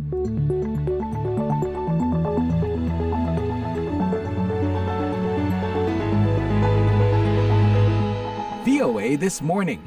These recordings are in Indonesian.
VOA This Morning.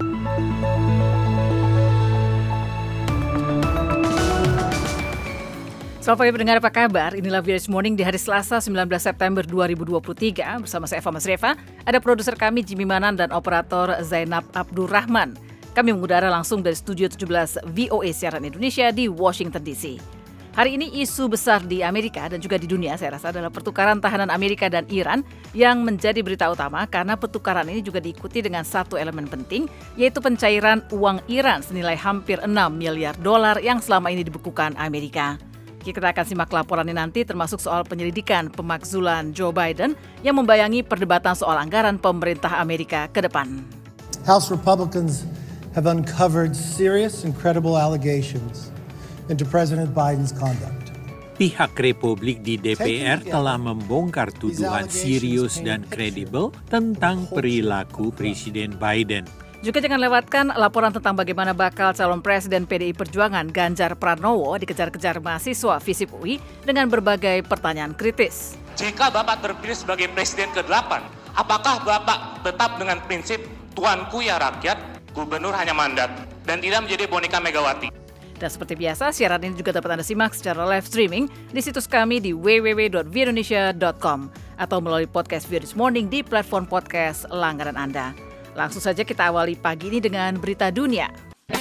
Selamat pagi pendengar, apa kabar? Inilah VOA This Morning di hari Selasa 19 September 2023 bersama saya Eva Masreva. Ada produser kami Jimmy Manan dan operator Zainab Abdurrahman. Kami mengudara langsung dari Studio 17 VOA Siaran Indonesia di Washington DC. Hari ini isu besar di Amerika dan juga di dunia saya rasa adalah pertukaran tahanan Amerika dan Iran yang menjadi berita utama karena pertukaran ini juga diikuti dengan satu elemen penting, yaitu pencairan uang Iran senilai hampir 6 miliar dolar yang selama ini dibekukan Amerika. Kita akan simak laporan ini nanti, termasuk soal penyelidikan pemakzulan Joe Biden yang membayangi perdebatan soal anggaran pemerintah Amerika ke depan. House Republicans have uncovered serious and credible allegations into President Biden's conduct. Pihak Republik di DPR telah membongkar tuduhan serius dan kredibel tentang perilaku Presiden Biden. Juga jangan lewatkan laporan tentang bagaimana bakal calon presiden PDI Perjuangan Ganjar Pranowo dikejar-kejar mahasiswa FISIP UI dengan berbagai pertanyaan kritis. Jika Bapak terpilih sebagai presiden ke-8, apakah Bapak tetap dengan prinsip tuanku ya rakyat, gubernur hanya mandat, dan tidak menjadi boneka Megawati? Dan seperti biasa, siaran ini juga dapat Anda simak secara live streaming di situs kami di www.voindonesia.com atau melalui podcast VOA This Morning di platform podcast langganan Anda. Langsung saja kita awali pagi ini dengan berita dunia.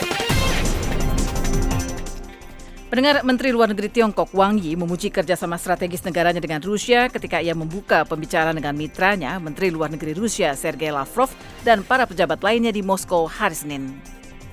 Pendengar, Menteri Luar Negeri Tiongkok Wang Yi memuji kerjasama strategis negaranya dengan Rusia ketika ia membuka pembicaraan dengan mitranya, Menteri Luar Negeri Rusia Sergei Lavrov dan para pejabat lainnya di Moskow hari Senin.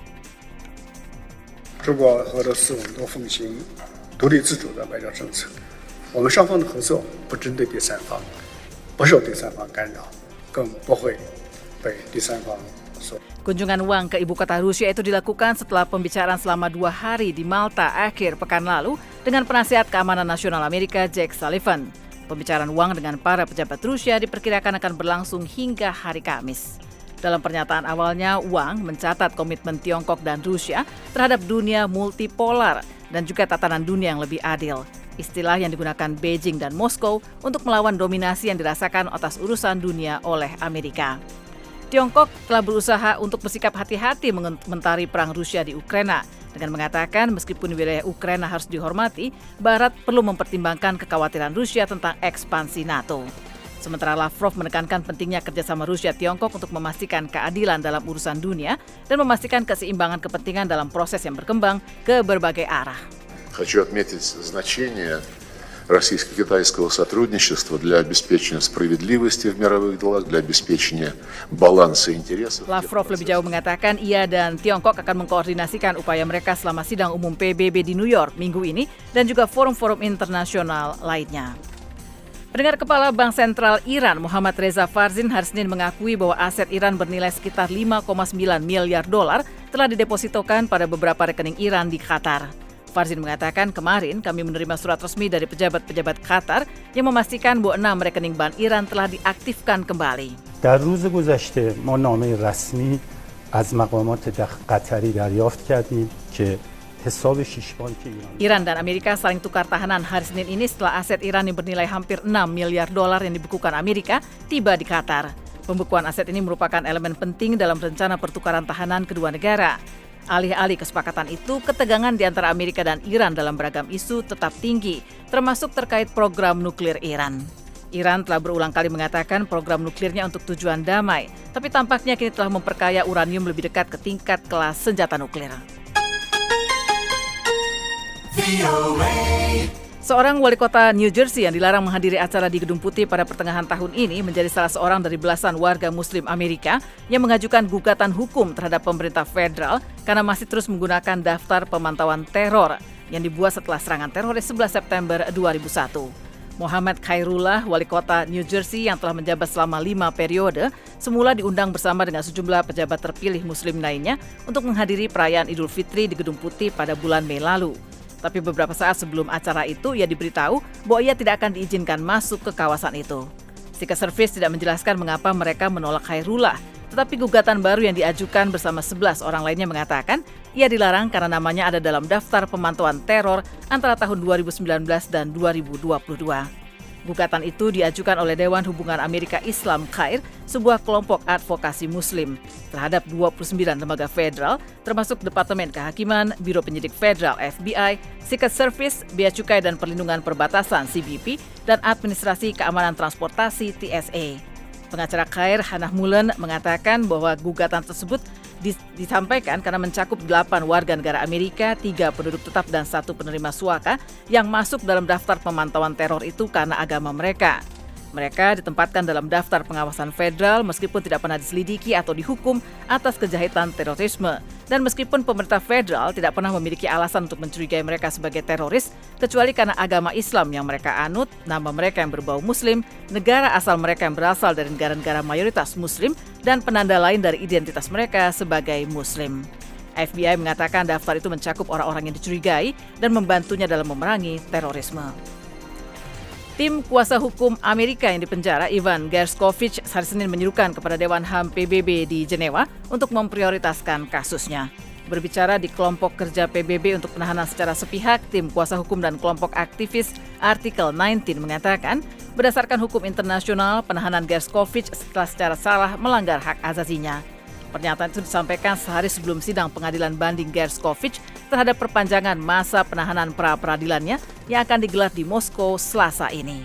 中国和俄罗斯我们都奉行独立自主的外交政策，我们双方的合作不针对第三方，不受第三方干扰，更不会被第三方所。 Kunjungan Wang ke ibu kota Rusia itu dilakukan setelah pembicaraan selama 2 hari di Malta akhir pekan lalu dengan penasihat keamanan nasional Amerika Jake Sullivan. Pembicaraan Wang dengan para pejabat Rusia diperkirakan akan berlangsung hingga hari Kamis. Dalam pernyataan awalnya, Wang mencatat komitmen Tiongkok dan Rusia terhadap dunia multipolar dan juga tatanan dunia yang lebih adil. Istilah yang digunakan Beijing dan Moskow untuk melawan dominasi yang dirasakan atas urusan dunia oleh Amerika. Tiongkok telah berusaha untuk bersikap hati-hati mengomentari perang Rusia di Ukraina dengan mengatakan meskipun wilayah Ukraina harus dihormati, Barat perlu mempertimbangkan kekhawatiran Rusia tentang ekspansi NATO. Sementara Lavrov menekankan pentingnya kerjasama Rusia-Tiongkok untuk memastikan keadilan dalam urusan dunia dan memastikan keseimbangan kepentingan dalam proses yang berkembang ke berbagai arah. Хочу отметить значение российско-китайского сотрудничества для обеспечения справедливости в мировых делах, для обеспечения баланса интересов. Lavrov lebih jauh mengatakan ia dan Tiongkok akan mengkoordinasikan upaya mereka selama sidang umum PBB di New York minggu ini dan juga forum-forum internasional lainnya. Pendengar, Kepala Bank Sentral Iran Muhammad Reza Farzin hari Senin mengakui bahwa aset Iran bernilai sekitar 5,9 miliar dolar telah didepositokan pada beberapa rekening Iran di Qatar. Farzin mengatakan kemarin kami menerima surat resmi dari pejabat-pejabat Qatar yang memastikan bahwa 6 rekening bank Iran telah diaktifkan kembali. در روز گذشته ما نامه رسمی از مقامات قطری دریافت کردیم که حساب 6 بانک ایران. Iran dan Amerika saling tukar tahanan hari Senin ini setelah aset Iran yang bernilai hampir 6 miliar dolar yang dibekukan Amerika tiba di Qatar. Pembekuan aset ini merupakan elemen penting dalam rencana pertukaran tahanan kedua negara. Alih-alih kesepakatan itu, ketegangan di antara Amerika dan Iran dalam beragam isu tetap tinggi, termasuk terkait program nuklir Iran. Iran telah berulang kali mengatakan program nuklirnya untuk tujuan damai, tapi tampaknya kini telah memperkaya uranium lebih dekat ke tingkat kelas senjata nuklir. Seorang wali kota New Jersey yang dilarang menghadiri acara di Gedung Putih pada pertengahan tahun ini menjadi salah seorang dari belasan warga Muslim Amerika yang mengajukan gugatan hukum terhadap pemerintah federal karena masih terus menggunakan daftar pemantauan teror yang dibuat setelah serangan teroris 11 September 2001. Muhammad Khairullah, wali kota New Jersey yang telah menjabat selama 5 periode, semula diundang bersama dengan sejumlah pejabat terpilih Muslim lainnya untuk menghadiri perayaan Idul Fitri di Gedung Putih pada bulan Mei lalu. Tapi beberapa saat sebelum acara itu, ia diberitahu bahwa ia tidak akan diizinkan masuk ke kawasan itu. Secret Service tidak menjelaskan mengapa mereka menolak Khairullah Tetapi gugatan baru yang diajukan bersama 11 orang lainnya mengatakan ia dilarang karena namanya ada dalam daftar pemantauan teror antara tahun 2019 dan 2022. Gugatan itu diajukan oleh Dewan Hubungan Amerika Islam Khair, sebuah kelompok advokasi Muslim, terhadap 29 lembaga federal, termasuk Departemen Kehakiman, Biro Penyidik Federal FBI, Secret Service, Bea Cukai dan Perlindungan Perbatasan CBP, dan Administrasi Keamanan Transportasi TSA. Pengacara Khair, Hannah Mullen, mengatakan bahwa gugatan tersebut disampaikan karena mencakup 8 warga negara Amerika, 3 penduduk tetap dan 1 penerima suaka yang masuk dalam daftar pemantauan teror itu karena agama mereka. Mereka ditempatkan dalam daftar pengawasan federal meskipun tidak pernah diselidiki atau dihukum atas kejahatan terorisme. Dan meskipun pemerintah federal tidak pernah memiliki alasan untuk mencurigai mereka sebagai teroris, kecuali karena agama Islam yang mereka anut, nama mereka yang berbau Muslim, negara asal mereka yang berasal dari negara-negara mayoritas Muslim, dan penanda lain dari identitas mereka sebagai Muslim. FBI mengatakan daftar itu mencakup orang-orang yang dicurigai dan membantunya dalam memerangi terorisme. Tim kuasa hukum Amerika yang dipenjara, Ivan Gershkovich, hari Senin menyerukan kepada Dewan HAM PBB di Jenewa untuk memprioritaskan kasusnya. Berbicara di kelompok kerja PBB untuk penahanan secara sepihak, tim kuasa hukum dan kelompok aktivis Artikel 19 mengatakan, berdasarkan hukum internasional, penahanan Gershkovich secara salah melanggar hak asasinya. Pernyataan itu disampaikan sehari sebelum sidang pengadilan banding Gershkovich terhadap perpanjangan masa penahanan pra-peradilannya yang akan digelar di Moskow Selasa ini.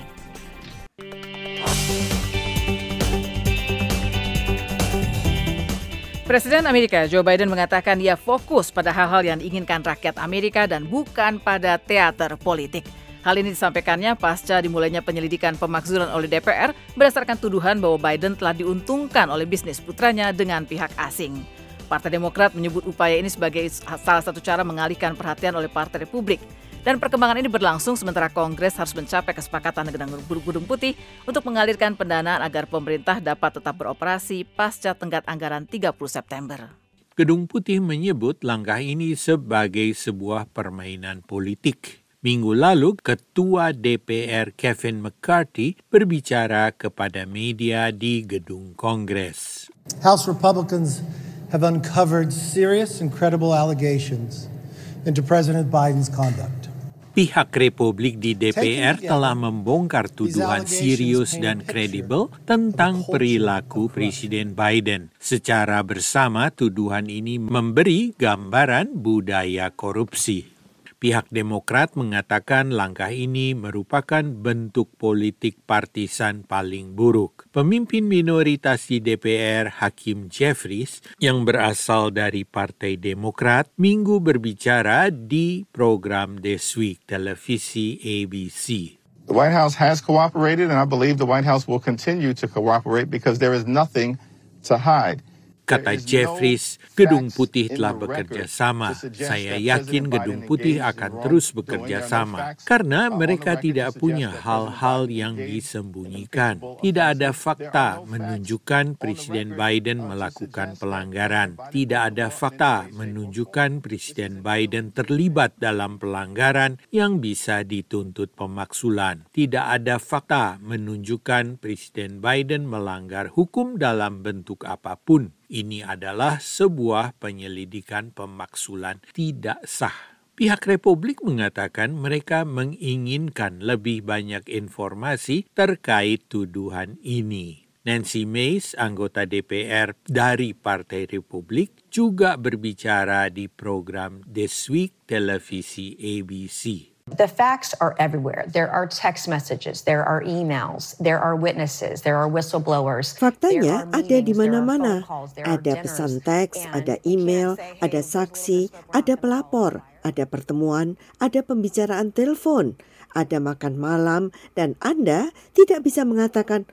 Presiden Amerika Joe Biden mengatakan ia fokus pada hal-hal yang diinginkan rakyat Amerika dan bukan pada teater politik. Hal ini disampaikannya pasca dimulainya penyelidikan pemakzulan oleh DPR berdasarkan tuduhan bahwa Biden telah diuntungkan oleh bisnis putranya dengan pihak asing. Partai Demokrat menyebut upaya ini sebagai salah satu cara mengalihkan perhatian oleh Partai Republik. Dan perkembangan ini berlangsung sementara Kongres harus mencapai kesepakatan dengan Gedung Putih untuk mengalirkan pendanaan agar pemerintah dapat tetap beroperasi pasca tenggat anggaran 30 September. Gedung Putih menyebut langkah ini sebagai sebuah permainan politik. Minggu lalu, Ketua DPR Kevin McCarthy berbicara kepada media di Gedung Kongres. House Republicans have uncovered serious and credible allegations into President Biden's conduct. Pihak Republik di DPR telah membongkar tuduhan serius dan kredibel tentang perilaku Presiden Biden. Secara bersama, tuduhan ini memberi gambaran budaya korupsi. Pihak Demokrat mengatakan langkah ini merupakan bentuk politik partisan paling buruk. Pemimpin minoritas di DPR, Hakeem Jeffries, yang berasal dari Partai Demokrat, Minggu berbicara di program This Week televisi ABC. The White House has cooperated, and I believe the White House will continue to cooperate because there is nothing to hide. Kata Jeffries, Gedung Putih telah bekerja sama. Saya yakin Gedung Putih akan terus bekerja sama karena mereka tidak punya hal-hal yang disembunyikan. Tidak ada fakta menunjukkan Presiden Biden melakukan pelanggaran. Tidak ada fakta menunjukkan Presiden Biden terlibat dalam pelanggaran yang bisa dituntut pemaksulan. Tidak ada fakta menunjukkan Presiden Biden melanggar hukum dalam bentuk apapun. Ini adalah sebuah penyelidikan pemaksulan tidak sah. Pihak Republik mengatakan mereka menginginkan lebih banyak informasi terkait tuduhan ini. Nancy Mace, anggota DPR dari Partai Republik, juga berbicara di program This Week televisi ABC. The facts are everywhere. There are text messages, there are emails, there are witnesses, there are whistleblowers. Faktanya ada di mana-mana. Ada pesan teks, ada email, ada saksi, ada pelapor, ada pertemuan, ada pembicaraan telepon, ada makan malam, dan Anda tidak bisa mengatakan,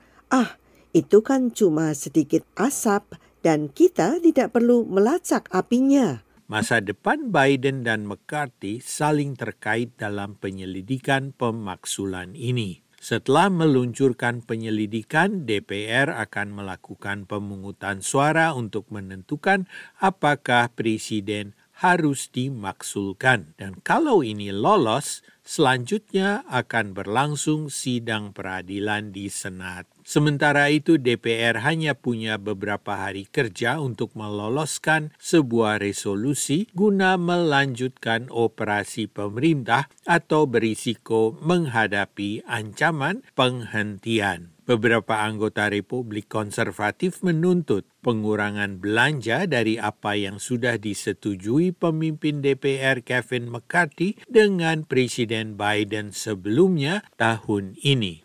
itu kan cuma sedikit asap dan kita tidak perlu melacak apinya. Masa depan Biden dan McCarthy saling terkait dalam penyelidikan pemaksulan ini. Setelah meluncurkan penyelidikan, DPR akan melakukan pemungutan suara untuk menentukan apakah presiden harus dimaksulkan. Dan kalau ini lolos, selanjutnya akan berlangsung sidang peradilan di Senat Sementara itu, DPR hanya punya beberapa hari kerja untuk meloloskan sebuah resolusi guna melanjutkan operasi pemerintah atau berisiko menghadapi ancaman penghentian. Beberapa anggota Republik Konservatif menuntut pengurangan belanja dari apa yang sudah disetujui pemimpin DPR Kevin McCarthy dengan Presiden Biden sebelumnya tahun ini.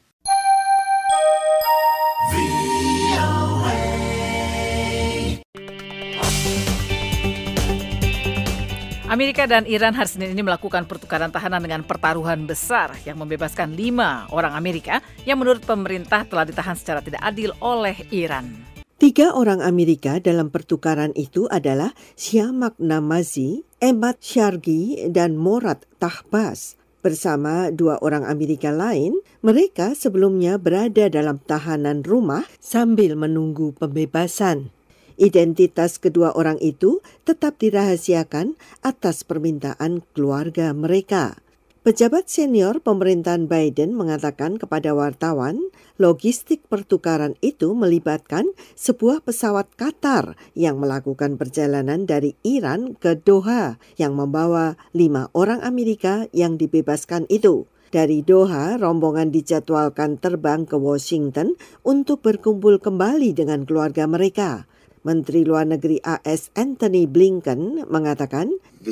Amerika dan Iran hari Senin ini melakukan pertukaran tahanan dengan pertaruhan besar yang membebaskan 5 orang Amerika yang menurut pemerintah telah ditahan secara tidak adil oleh Iran. 3 orang Amerika dalam pertukaran itu adalah Siamak Namazi, Emad Shargi, dan Morad Tahbas. Bersama 2 orang Amerika lain, mereka sebelumnya berada dalam tahanan rumah sambil menunggu pembebasan. Identitas kedua orang itu tetap dirahasiakan atas permintaan keluarga mereka. Pejabat senior pemerintahan Biden mengatakan kepada wartawan, logistik pertukaran itu melibatkan sebuah pesawat Qatar yang melakukan perjalanan dari Iran ke Doha yang membawa 5 orang Amerika yang dibebaskan itu. Dari Doha, rombongan dijadwalkan terbang ke Washington untuk berkumpul kembali dengan keluarga mereka. Menteri Luar Negeri AS Antony Blinken mengatakan,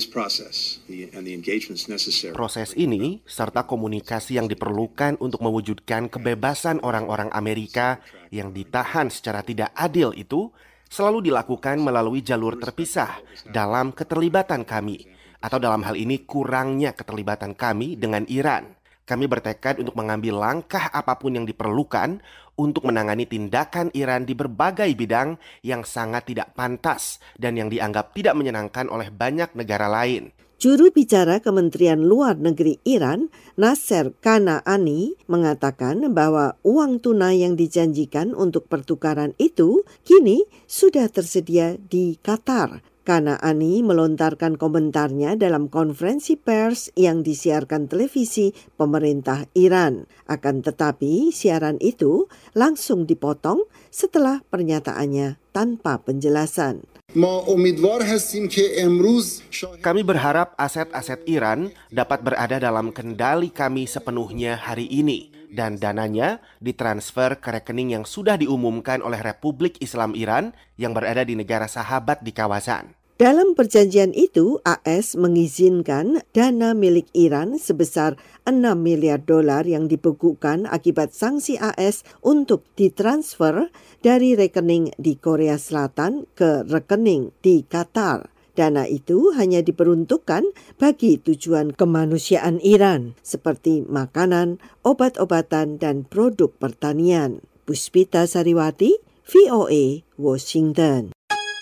proses ini serta komunikasi yang diperlukan untuk mewujudkan kebebasan orang-orang Amerika yang ditahan secara tidak adil itu selalu dilakukan melalui jalur terpisah dalam keterlibatan kami, atau dalam hal ini kurangnya keterlibatan kami dengan Iran. Kami bertekad untuk mengambil langkah apapun yang diperlukan untuk menangani tindakan Iran di berbagai bidang yang sangat tidak pantas dan yang dianggap tidak menyenangkan oleh banyak negara lain. Juru bicara Kementerian Luar Negeri Iran, Nasser Kanaani, mengatakan bahwa uang tunai yang dijanjikan untuk pertukaran itu kini sudah tersedia di Qatar. Kanaani melontarkan komentarnya dalam konferensi pers yang disiarkan televisi pemerintah Iran. Akan tetapi siaran itu langsung dipotong setelah pernyataannya tanpa penjelasan. Kami berharap aset-aset Iran dapat berada dalam kendali kami sepenuhnya hari ini dan dananya ditransfer ke rekening yang sudah diumumkan oleh Republik Islam Iran yang berada di negara sahabat di kawasan. Dalam perjanjian itu, AS mengizinkan dana milik Iran sebesar $6 miliar yang dibekukan akibat sanksi AS untuk ditransfer dari rekening di Korea Selatan ke rekening di Qatar. Dana itu hanya diperuntukkan bagi tujuan kemanusiaan Iran, seperti makanan, obat-obatan, dan produk pertanian. Puspita Sariwati, VOA, Washington.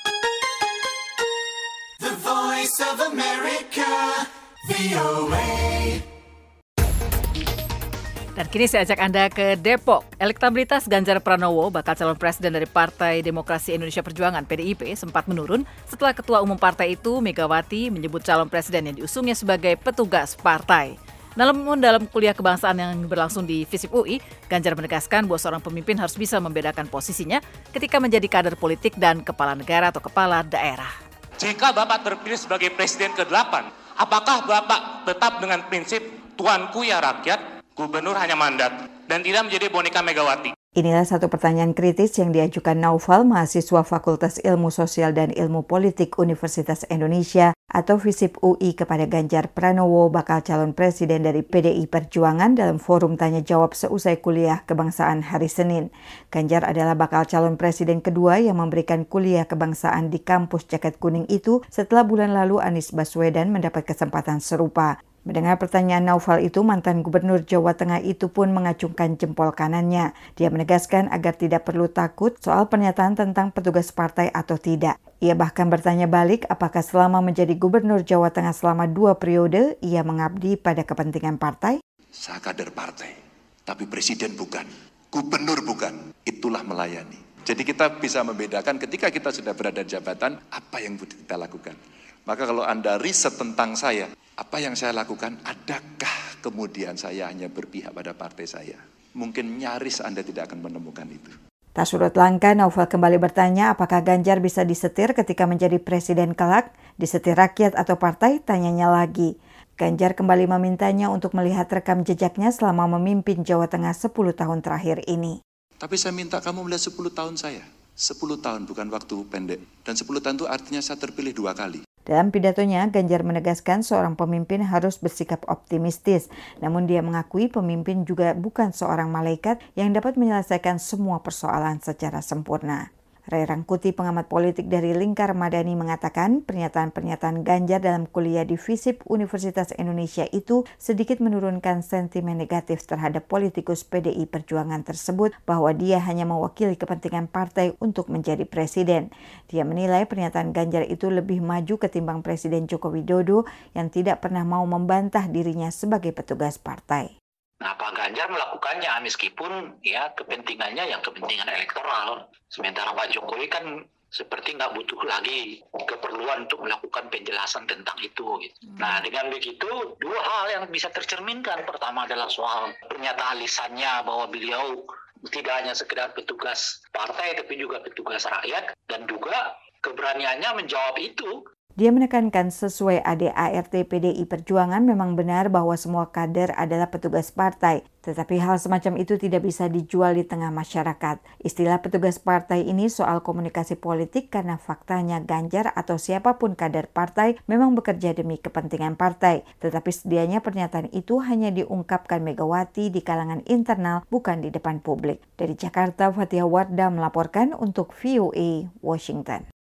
The Voice of America, VOA. Dan kini saya ajak Anda ke Depok. Elektabilitas Ganjar Pranowo, bakal calon presiden dari Partai Demokrasi Indonesia Perjuangan PDIP, sempat menurun setelah Ketua Umum partai itu, Megawati, menyebut calon presiden yang diusungnya sebagai petugas partai. Dalam kuliah kebangsaan yang berlangsung di FISIP UI, Ganjar menegaskan bahwa seorang pemimpin harus bisa membedakan posisinya ketika menjadi kader politik dan kepala negara atau kepala daerah. Jika Bapak terpilih sebagai presiden ke-8, apakah Bapak tetap dengan prinsip tuanku ya rakyat, gubernur hanya mandat, dan tidak menjadi boneka Megawati? Inilah satu pertanyaan kritis yang diajukan Naufal, mahasiswa Fakultas Ilmu Sosial dan Ilmu Politik Universitas Indonesia atau FISIP UI kepada Ganjar Pranowo, bakal calon presiden dari PDI Perjuangan dalam forum tanya jawab seusai kuliah kebangsaan hari Senin. Ganjar adalah bakal calon presiden kedua yang memberikan kuliah kebangsaan di kampus jaket kuning itu setelah bulan lalu Anies Baswedan mendapat kesempatan serupa. Mendengar pertanyaan Naufal itu, mantan gubernur Jawa Tengah itu pun mengacungkan jempol kanannya. Dia menegaskan agar tidak perlu takut soal pernyataan tentang petugas partai atau tidak. Ia bahkan bertanya balik apakah selama menjadi gubernur Jawa Tengah selama 2 periode, ia mengabdi pada kepentingan partai? Saya kader partai, tapi presiden bukan, gubernur bukan, itulah melayani. Jadi kita bisa membedakan ketika kita sudah berada di jabatan, apa yang kita lakukan. Maka kalau Anda riset tentang saya, apa yang saya lakukan, adakah kemudian saya hanya berpihak pada partai saya? mungkin nyaris Anda tidak akan menemukan itu. Tak surut langkah, Naufal kembali bertanya apakah Ganjar bisa disetir ketika menjadi presiden kelak, disetir rakyat atau partai, tanyanya lagi. Ganjar kembali memintanya untuk melihat rekam jejaknya selama memimpin Jawa Tengah 10 tahun terakhir ini. Tapi saya minta kamu melihat 10 tahun saya. 10 tahun bukan waktu pendek. Dan 10 tahun itu artinya saya terpilih 2 kali. Dalam pidatonya, Ganjar menegaskan seorang pemimpin harus bersikap optimistis. Namun dia mengakui pemimpin juga bukan seorang malaikat yang dapat menyelesaikan semua persoalan secara sempurna. Ray Rangkuti, pengamat politik dari Lingkar Madani, mengatakan pernyataan-pernyataan Ganjar dalam kuliah di FISIP Universitas Indonesia itu sedikit menurunkan sentimen negatif terhadap politikus PDI Perjuangan tersebut bahwa dia hanya mewakili kepentingan partai untuk menjadi presiden. Dia menilai pernyataan Ganjar itu lebih maju ketimbang Presiden Joko Widodo yang tidak pernah mau membantah dirinya sebagai petugas partai. Nah, Pak Ganjar melakukannya meskipun ya kepentingannya yang kepentingan elektoral. Sementara Pak Jokowi kan seperti nggak butuh lagi keperluan untuk melakukan penjelasan tentang itu. Gitu. Nah, dengan begitu dua hal yang bisa tercerminkan. Pertama adalah soal pernyataan lisannya bahwa beliau tidak hanya sekedar petugas partai tapi juga petugas rakyat, dan juga keberaniannya menjawab itu. Dia menekankan sesuai ADART PDI Perjuangan memang benar bahwa semua kader adalah petugas partai. Tetapi hal semacam itu tidak bisa dijual di tengah masyarakat. Istilah petugas partai ini soal komunikasi politik karena faktanya Ganjar atau siapapun kader partai memang bekerja demi kepentingan partai. Tetapi sedianya pernyataan itu hanya diungkapkan Megawati di kalangan internal, bukan di depan publik. Dari Jakarta, Fathia Wardah melaporkan untuk VOA Washington.